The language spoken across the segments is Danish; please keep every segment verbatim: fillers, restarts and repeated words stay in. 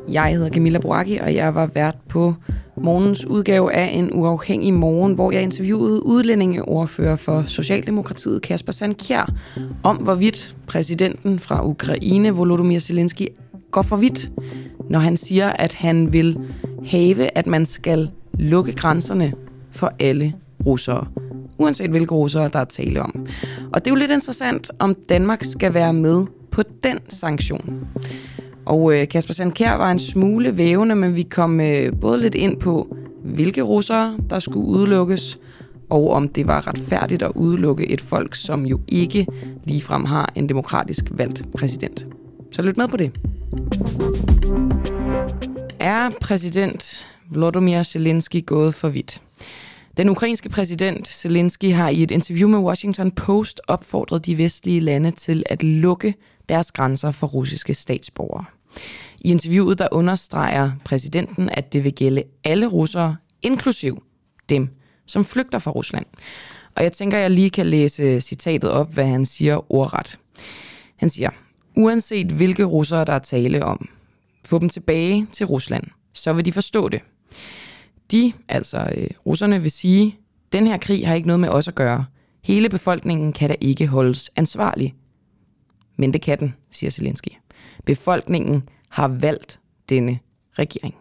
Jeg hedder Camilla Boracchi, og jeg var vært på morgens udgave af En Uafhængig Morgen, hvor jeg interviewede udlændingeordfører for Socialdemokratiet, Kasper Sandkjær, om hvorvidt præsidenten fra Ukraine, Volodymyr Zelensky, går for vidt, når han siger, at han vil have, at man skal lukke grænserne for alle russere, uanset hvilke russere der er tale om. Og det er jo lidt interessant, om Danmark skal være med på den sanktion. Og øh, Kasper Sandkjær var en smule vævende, men vi kom øh, både lidt ind på, hvilke russere der skulle udelukkes, og om det var retfærdigt at udelukke et folk, som jo ikke ligefrem har en demokratisk valgt præsident. Så lyt med på det. Er præsident Volodymyr Zelensky gået for vidt? Den ukrainske præsident Zelensky har i et interview med Washington Post opfordret de vestlige lande til at lukke deres grænser for russiske statsborgere. I interviewet der understreger præsidenten, at det vil gælde alle russere, inklusiv dem, som flygter fra Rusland. Og jeg tænker, jeg lige kan læse citatet op, hvad han siger ordret. Han siger, uanset hvilke russere der er tale om, få dem tilbage til Rusland, så vil de forstå det. De, altså øh, russerne, vil sige, den her krig har ikke noget med os at gøre. Hele befolkningen kan da ikke holdes ansvarlig. Men det kan den, siger Zelensky. Befolkningen har valgt denne regering.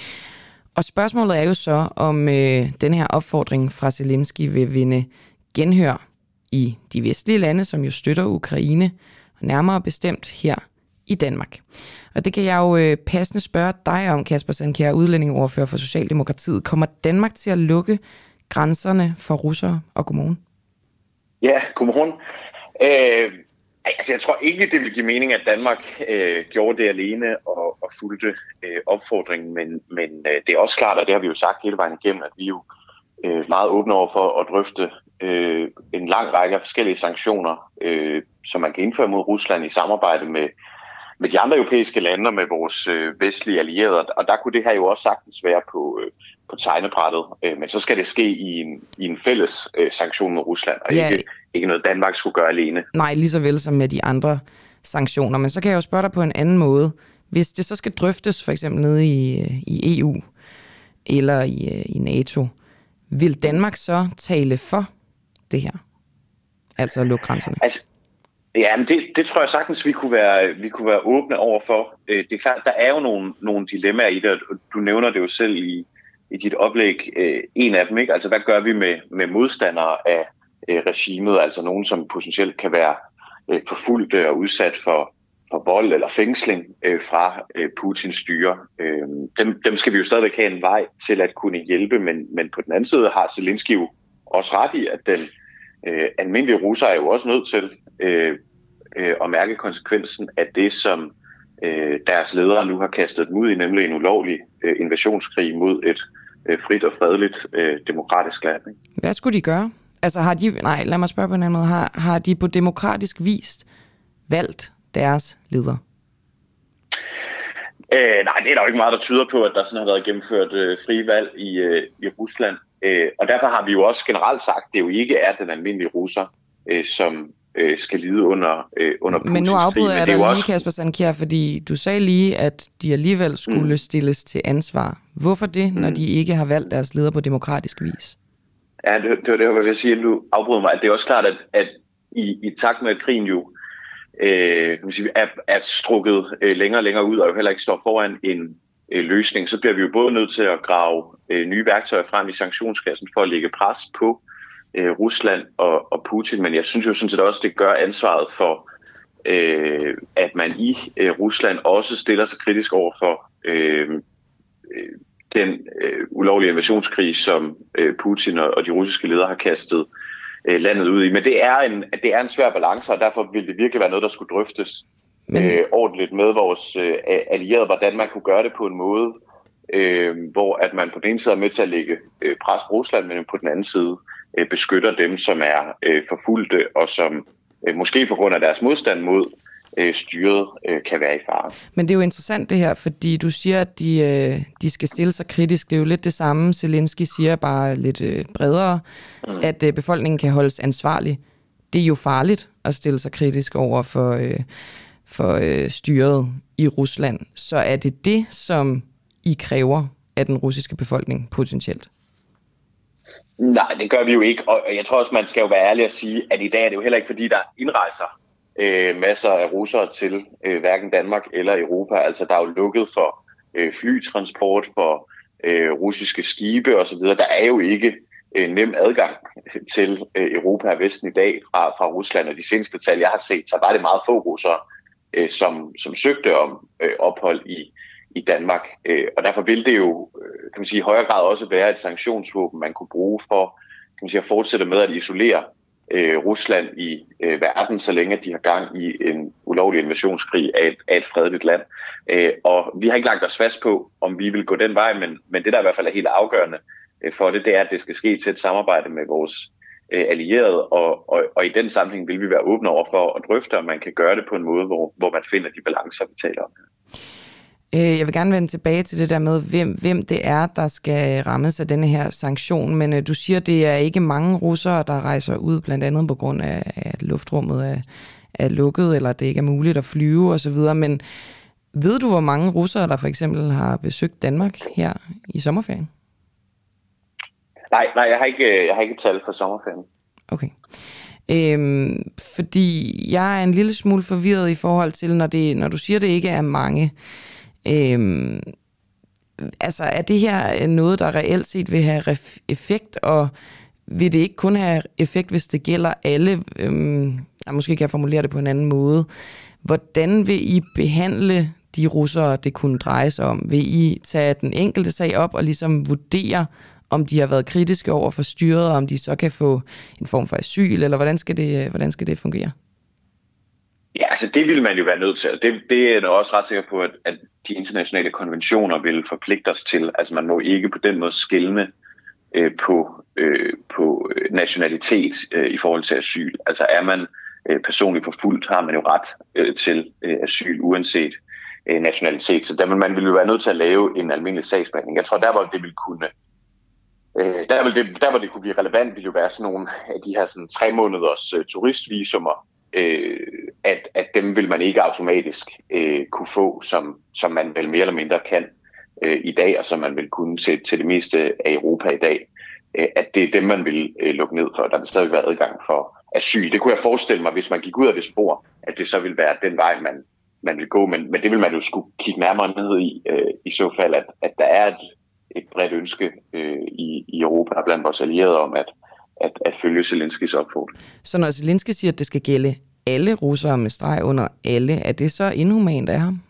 Og spørgsmålet er jo så, om øh, den her opfordring fra Zelensky vil vinde genhør i de vestlige lande, som jo støtter Ukraine, og nærmere bestemt her i Danmark. Og det kan jeg jo øh, passende spørge dig om, Kasper Sandkjær, udlændingeordfører for Socialdemokratiet. Kommer Danmark til at lukke grænserne for russere? Og godmorgen. Ja, godmorgen. Øh, altså, jeg tror ikke, det vil give mening, at Danmark øh, gjorde det alene og, og fulgte øh, opfordringen, men, men øh, det er også klart, og det har vi jo sagt hele vejen igennem, at vi er jo øh, meget åbne over for at drøfte øh, en lang række af forskellige sanktioner, øh, som man kan indføre mod Rusland i samarbejde med med de andre europæiske lande og med vores øh, vestlige allierede, og der kunne det her jo også sagtens være på, øh, på tegnebrættet, øh, men så skal det ske i en, i en fælles øh, sanktion mod Rusland, og ja. ikke, ikke noget Danmark skulle gøre alene. Nej, lige så vel som med de andre sanktioner, men så kan jeg jo spørge dig på en anden måde. Hvis det så skal drøftes for eksempel nede i, i E U eller i, i NATO, vil Danmark så tale for det her? Altså at lukke grænserne? Altså, Ja, men det, det tror jeg sagtens, vi kunne være, vi kunne være åbne over for. Det er klart, der er jo nogle, nogle dilemmaer i det, og du nævner det jo selv i, i dit oplæg. En af dem, ikke? Altså, hvad gør vi med, med modstandere af regimet? Altså nogen, som potentielt kan være forfulgte og udsat for, for vold eller fængsling fra Putins styre. Dem, dem skal vi jo stadigvæk have en vej til at kunne hjælpe, men, men på den anden side har Zelensky jo også ret i, at den øh, almindelige russer er jo også nødt til Øh, øh, og mærke konsekvensen af det, som øh, deres ledere nu har kastet dem ud i, nemlig en ulovlig øh, invasionskrig mod et øh, frit og fredeligt øh, demokratisk land. Ikke? Hvad skulle de gøre? Altså har de, nej, lad mig spørge på en anden måde, har, har de på demokratisk vis valgt deres ledere? Øh, nej, det er der jo ikke meget, der tyder på, at der sådan har været gennemført øh, frie valg i, øh, i Rusland. Øh, og derfor har vi jo også generelt sagt, at det jo ikke er den almindelige russer, øh, som skal lide under, øh, under Putins. Men nu afbryder jeg dig lige, også... Kasper Sandkjær, fordi du sagde lige, at de alligevel skulle mm. stilles til ansvar. Hvorfor det, når mm. de ikke har valgt deres leder på demokratisk vis? Ja, det, det var det, jeg vil sige, at du afbryder mig. At det er også klart, at, at i, i takt med, at krigen jo øh, kan man sige, er, er strukket øh, længere og længere ud, og jo heller ikke står foran en øh, løsning, så bliver vi jo både nødt til at grave øh, nye værktøjer frem i sanktionskassen for at lægge pres på Rusland og, og Putin, men jeg synes jo sådan set også, det gør ansvaret for, øh, at man i øh, Rusland også stiller sig kritisk over for øh, den øh, ulovlige invasionskrig, som øh, Putin og, og de russiske ledere har kastet øh, landet ud i. Men det er, en, det er en svær balance, og derfor vil det virkelig være noget, der skulle drøftes men... øh, ordentligt med vores øh, allierede, hvordan man kunne gøre det på en måde, øh, hvor at man på den ene side er med til at lægge øh, pres på Rusland, men på den anden side beskytter dem, som er øh, forfulgte, og som øh, måske på grund af deres modstand mod øh, styret øh, kan være i fare. Men det er jo interessant det her, fordi du siger, at de, øh, de skal stille sig kritisk. Det er jo lidt det samme, Zelensky siger, bare lidt øh, bredere, mm. at øh, befolkningen kan holdes ansvarlig. Det er jo farligt at stille sig kritisk over for, øh, for øh, styret i Rusland, så er det det, som I kræver af den russiske befolkning potentielt? Nej, det gør vi jo ikke, og jeg tror også, man skal jo være ærlig at sige, at i dag er det jo heller ikke, fordi der indrejser øh, masser af russere til øh, hverken Danmark eller Europa. Altså, der er jo lukket for øh, flytransport, for øh, russiske skibe osv. Der er jo ikke øh, nem adgang til øh, Europa og Vesten i dag fra, fra Rusland, og de seneste tal, jeg har set, så var det meget få russere, øh, som, som søgte om øh, ophold i i Danmark. Og derfor vil det jo, kan man sige, i højere grad også være et sanktionsvåben, man kunne bruge for, kan man sige, at fortsætte med at isolere øh, Rusland i øh, verden, så længe de har gang i en ulovlig invasionskrig af et, af et fredeligt land. Øh, og vi har ikke lagt os fast på, om vi vil gå den vej, men, men det der i hvert fald er helt afgørende øh, for det, det er, at det skal ske til et samarbejde med vores øh, allierede, og, og, og i den sammenhæng vil vi være åbne over for at drøfte, om man kan gøre det på en måde, hvor, hvor man finder de balancer, vi taler om. Jeg vil gerne vende tilbage til det der med, hvem, hvem det er, der skal rammes af denne her sanktion. Men øh, du siger, det er ikke mange russere, der rejser ud, blandt andet på grund af, at luftrummet er, er lukket, eller det ikke er muligt at flyve osv. Men ved du, hvor mange russere, der for eksempel har besøgt Danmark her i sommerferien? Nej, nej, jeg har ikke, jeg har ikke tal for sommerferien. Okay. Øhm, fordi jeg er en lille smule forvirret i forhold til, når, det, når du siger, det ikke er mange. Øhm, altså er det her noget, der reelt set vil have ref- effekt, og vil det ikke kun have effekt, hvis det gælder alle? Øhm, jeg måske kan jeg formulere det på en anden måde. Hvordan vil I behandle de russere, det kunne dreje sig om? Vil I tage den enkelte sag op og ligesom vurdere, om de har været kritiske over for styret, og om de så kan få en form for asyl, eller hvordan skal det, hvordan skal det fungere? Ja, altså det vil man jo være nødt til. Det, det er jeg også ret sikker på, at, at de internationale konventioner vil forpligte os til. Altså man må ikke på den måde skelne øh, på, øh, på nationalitet øh, i forhold til asyl. Altså er man øh, personligt forfulgt, har man jo ret øh, til øh, asyl uanset øh, nationalitet. Så der vil man vil jo være nødt til at lave en almindelig sagsbehandling. Jeg tror, der hvor det vil kunne øh, der, vil det, der hvor det kunne blive relevant, vil jo være sådan nogle af de her sådan, tre måneders øh, turistvisumer, Øh, at, at dem vil man ikke automatisk øh, kunne få, som, som man vel mere eller mindre kan øh, i dag, og som man vil kunne til, til det meste af Europa i dag. Øh, at det er dem, man vil øh, lukke ned for. Der vil stadig være adgang for asyl. Det kunne jeg forestille mig, hvis man gik ud af det spor, at det så vil være den vej, man, man vil gå. Men, men det vil man jo skulle kigge nærmere ned i, øh, i så fald, at, at der er et, et bredt ønske øh, i, i Europa og blandt vores allierede om, at At, at følge Zelenskis opfordring. Så når Zelensky siger, at det skal gælde alle russere med streg under alle, er det så inhumant af ham?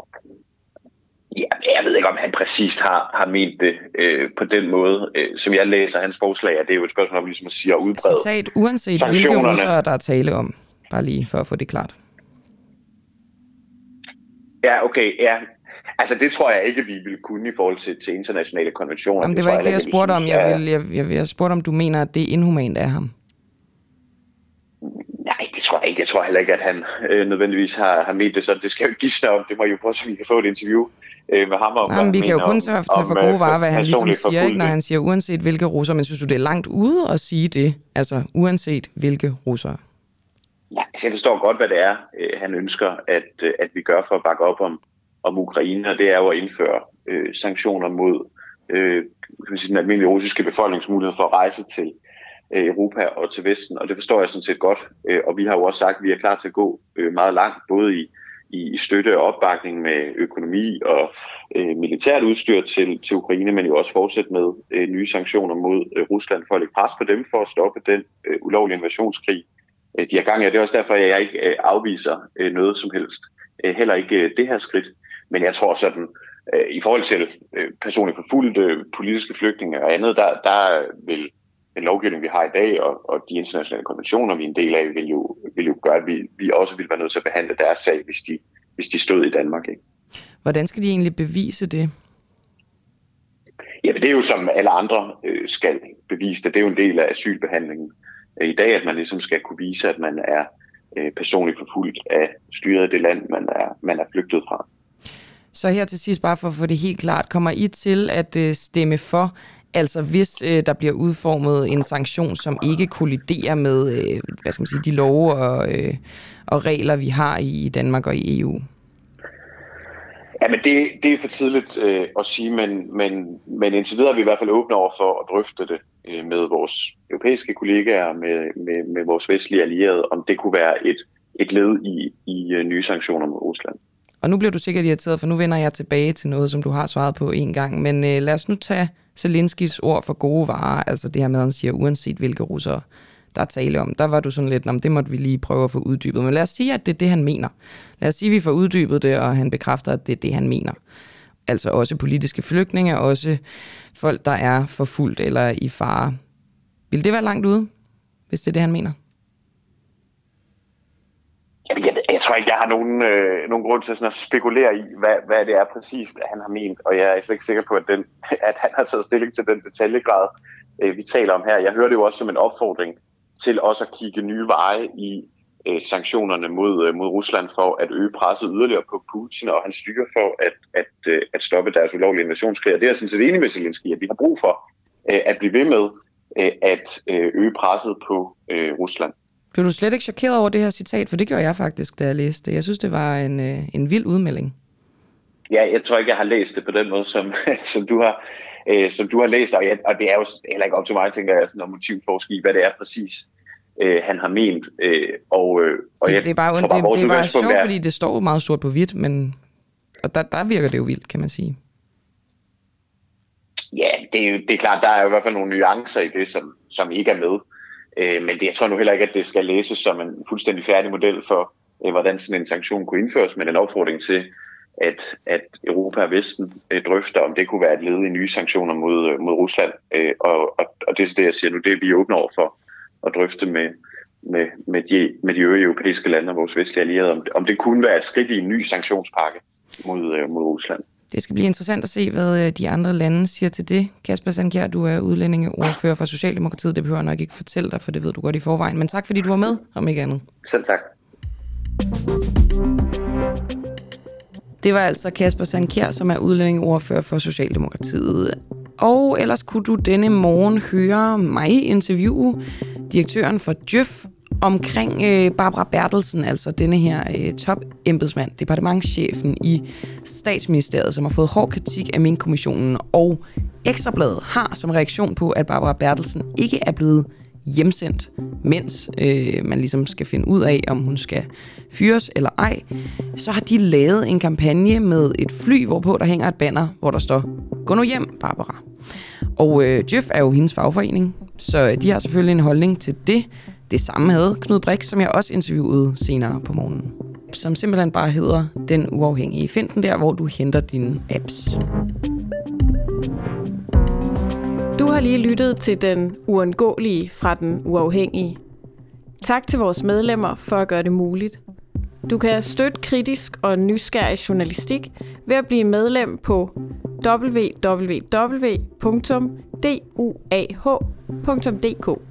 Ja, jeg ved ikke, om han præcist har, har ment det øh, på den måde. Øh, som jeg læser hans forslag, er det jo et spørgsmål om, ligesom at sige, at udbrede citat, uanset hvilke russere, der er tale om. Bare lige for at få det klart. Ja, okay, ja. Altså, det tror jeg ikke, vi vil kunne i forhold til, til internationale konventioner. Jamen, det, det var ikke det, jeg spurgte om. Jeg, vil, jeg, jeg, jeg spurgte, om du mener, at det er inhumant af ham. Nej, det tror jeg ikke. Jeg tror heller ikke, at han øh, nødvendigvis har, har ment det sådan. Det skal jo ikke give sig om. Det må jo prøve, så vi kan få et interview øh, med ham om. Jamen, vi kan jo kun tage for gode varer, hvad han ligesom siger, ikke, når han siger, uanset hvilke russere. Men synes du, det er langt ude at sige det? Altså, uanset hvilke russere? Ja, altså, jeg forstår godt, hvad det er, øh, han ønsker, at, øh, at vi gør for at bakke op om om Ukraine, og det er jo at indføre øh, sanktioner mod øh, kan man sige, den almindelige russiske befolkningsmulighed for at rejse til øh, Europa og til Vesten, og det forstår jeg sådan set godt. Øh, og vi har jo også sagt, at vi er klar til at gå øh, meget langt, både i, i støtte og opbakning med økonomi og øh, militært udstyr til, til Ukraine, men jo også fortsætte med øh, nye sanktioner mod øh, Rusland for at lægge pres på dem for at stoppe den øh, ulovlige invasionskrig, øh, de har gang i. Det er også derfor, at jeg ikke øh, afviser øh, noget som helst. Øh, heller ikke øh, det her skridt. Men jeg tror sådan, øh, i forhold til øh, personligt forfulgte øh, politiske flygtninge og andet, der, der vil den lovgivning, vi har i dag, og, og de internationale konventioner, vi er en del af, vil jo, vil jo gøre, at vi, vi også vil være nødt til at behandle deres sag, hvis de, hvis de stod i Danmark. Ikke? Hvordan skal de egentlig bevise det? Ja, det er jo som alle andre øh, skal bevise det. Det er jo en del af asylbehandlingen øh, i dag, at man ligesom skal kunne vise, at man er øh, personligt forfulgt af styret af det land, man er, man er flygtet fra. Så her til sidst, bare for at få det helt klart, kommer I til at øh, stemme for, Altså hvis øh, der bliver udformet en sanktion, som ikke kolliderer med øh, hvad skal man sige, de love og, øh, og regler, vi har i Danmark og i E U? Ja, men det, det er for tidligt øh, at sige, men, men, men indtil videre er vi i hvert fald åbne over for at drøfte det øh, med vores europæiske kollegaer, med, med, med vores vestlige allierede, om det kunne være et, et led i, i øh, nye sanktioner mod Rusland. Og nu bliver du sikkert irriteret, for nu vender jeg tilbage til noget, som du har svaret på en gang. Men øh, lad os nu tage Zelenskyjs ord for gode varer, altså det her med, at han siger, uanset hvilke russere der er tale om. Der var du sådan lidt, om det måtte vi lige prøve at få uddybet. Men lad os sige, at det er det, han mener. Lad os sige, at vi får uddybet det, og han bekræfter, at det er det, han mener. Altså også politiske flygtninge, også folk, der er forfulgt eller i fare. Vil det være langt ude, hvis det er det, han mener? Jeg, jeg, jeg tror ikke, jeg har nogen, øh, nogen grund til sådan at spekulere i, hvad, hvad det er præcist, at han har ment. Og jeg er slet ikke sikker på, at, den, at han har taget stilling til den detaljegrad, øh, vi taler om her. Jeg hører det jo også som en opfordring til også at kigge nye veje i øh, sanktionerne mod, øh, mod Rusland for at øge presset yderligere på Putin og hans styre for at, at, øh, at stoppe deres ulovlige invasionskrig. Og det er jeg sådan set enig med Zelenskyj, at vi har brug for øh, at blive ved med øh, at øh, øge presset på øh, Rusland. Blev du slet ikke chokeret over det her citat? For det gjorde jeg faktisk, da jeg læste det. Jeg synes, det var en, øh, en vild udmelding. Ja, jeg tror ikke, jeg har læst det på den måde, som, som, du, har, øh, som du har læst. Og, jeg, og det er jo heller ikke op til mig, tænker jeg, sådan noget motivforske i, hvad det er præcis, øh, han har ment. Øh, og, øh, og det, jeg, det er bare, bare, det, det er bare sjovt, er, fordi det står meget sort på hvidt, men og der, der virker det jo vildt, kan man sige. Ja, det er, det er klart, der er jo i hvert fald nogle nuancer i det, som, som ikke er med. Øh, men det, jeg tror nu heller ikke, at det skal læses som en fuldstændig færdig model for, øh, hvordan sådan en sanktion kunne indføres, men en opfordring til, at, at Europa og Vesten øh, drøfter, om det kunne være et led i nye sanktioner mod, øh, mod Rusland. Øh, og, og, og det er det, jeg siger nu, det er vi åbne over for at drøfte med, med, med, de, med de øvrige europæiske lande og vores vestlige allierede, om, om det kunne være et skridt i en ny sanktionspakke mod, øh, mod Rusland. Det skal blive interessant at se, hvad de andre lande siger til det. Kasper Sandkjær, du er udlændingeordfører for Socialdemokratiet. Det behøver jeg nok ikke fortælle dig, for det ved du godt i forvejen. Men tak, fordi du var med, om ikke andet. Selv tak. Det var altså Kasper Sandkjær, som er udlændingeordfører for Socialdemokratiet. Og ellers kunne du denne morgen høre mig interviewe direktøren for Djøf omkring øh, Barbara Bertelsen, altså denne her øh, top-embedsmand, departementschefen i Statsministeriet, som har fået hård kritik af Mink-kommissionen, og Ekstra Bladet har som reaktion på, at Barbara Bertelsen ikke er blevet hjemsendt, mens øh, man ligesom skal finde ud af, om hun skal fyres eller ej, så har de lavet en kampagne med et fly, hvorpå der hænger et banner, hvor der står, gå nu hjem, Barbara. Og øh, Djøf er jo hendes fagforening, så de har selvfølgelig en holdning til det. Det samme havde Knud Brix, som jeg også interviewede senere på morgenen, som simpelthen bare hedder Den Uafhængige. Find den der, hvor du henter dine apps. Du har lige lyttet til Den Uundgåelige fra Den Uafhængige. Tak til vores medlemmer for at gøre det muligt. Du kan støtte kritisk og nysgerrig journalistik ved at blive medlem på w w w punktum d u a h punktum d k.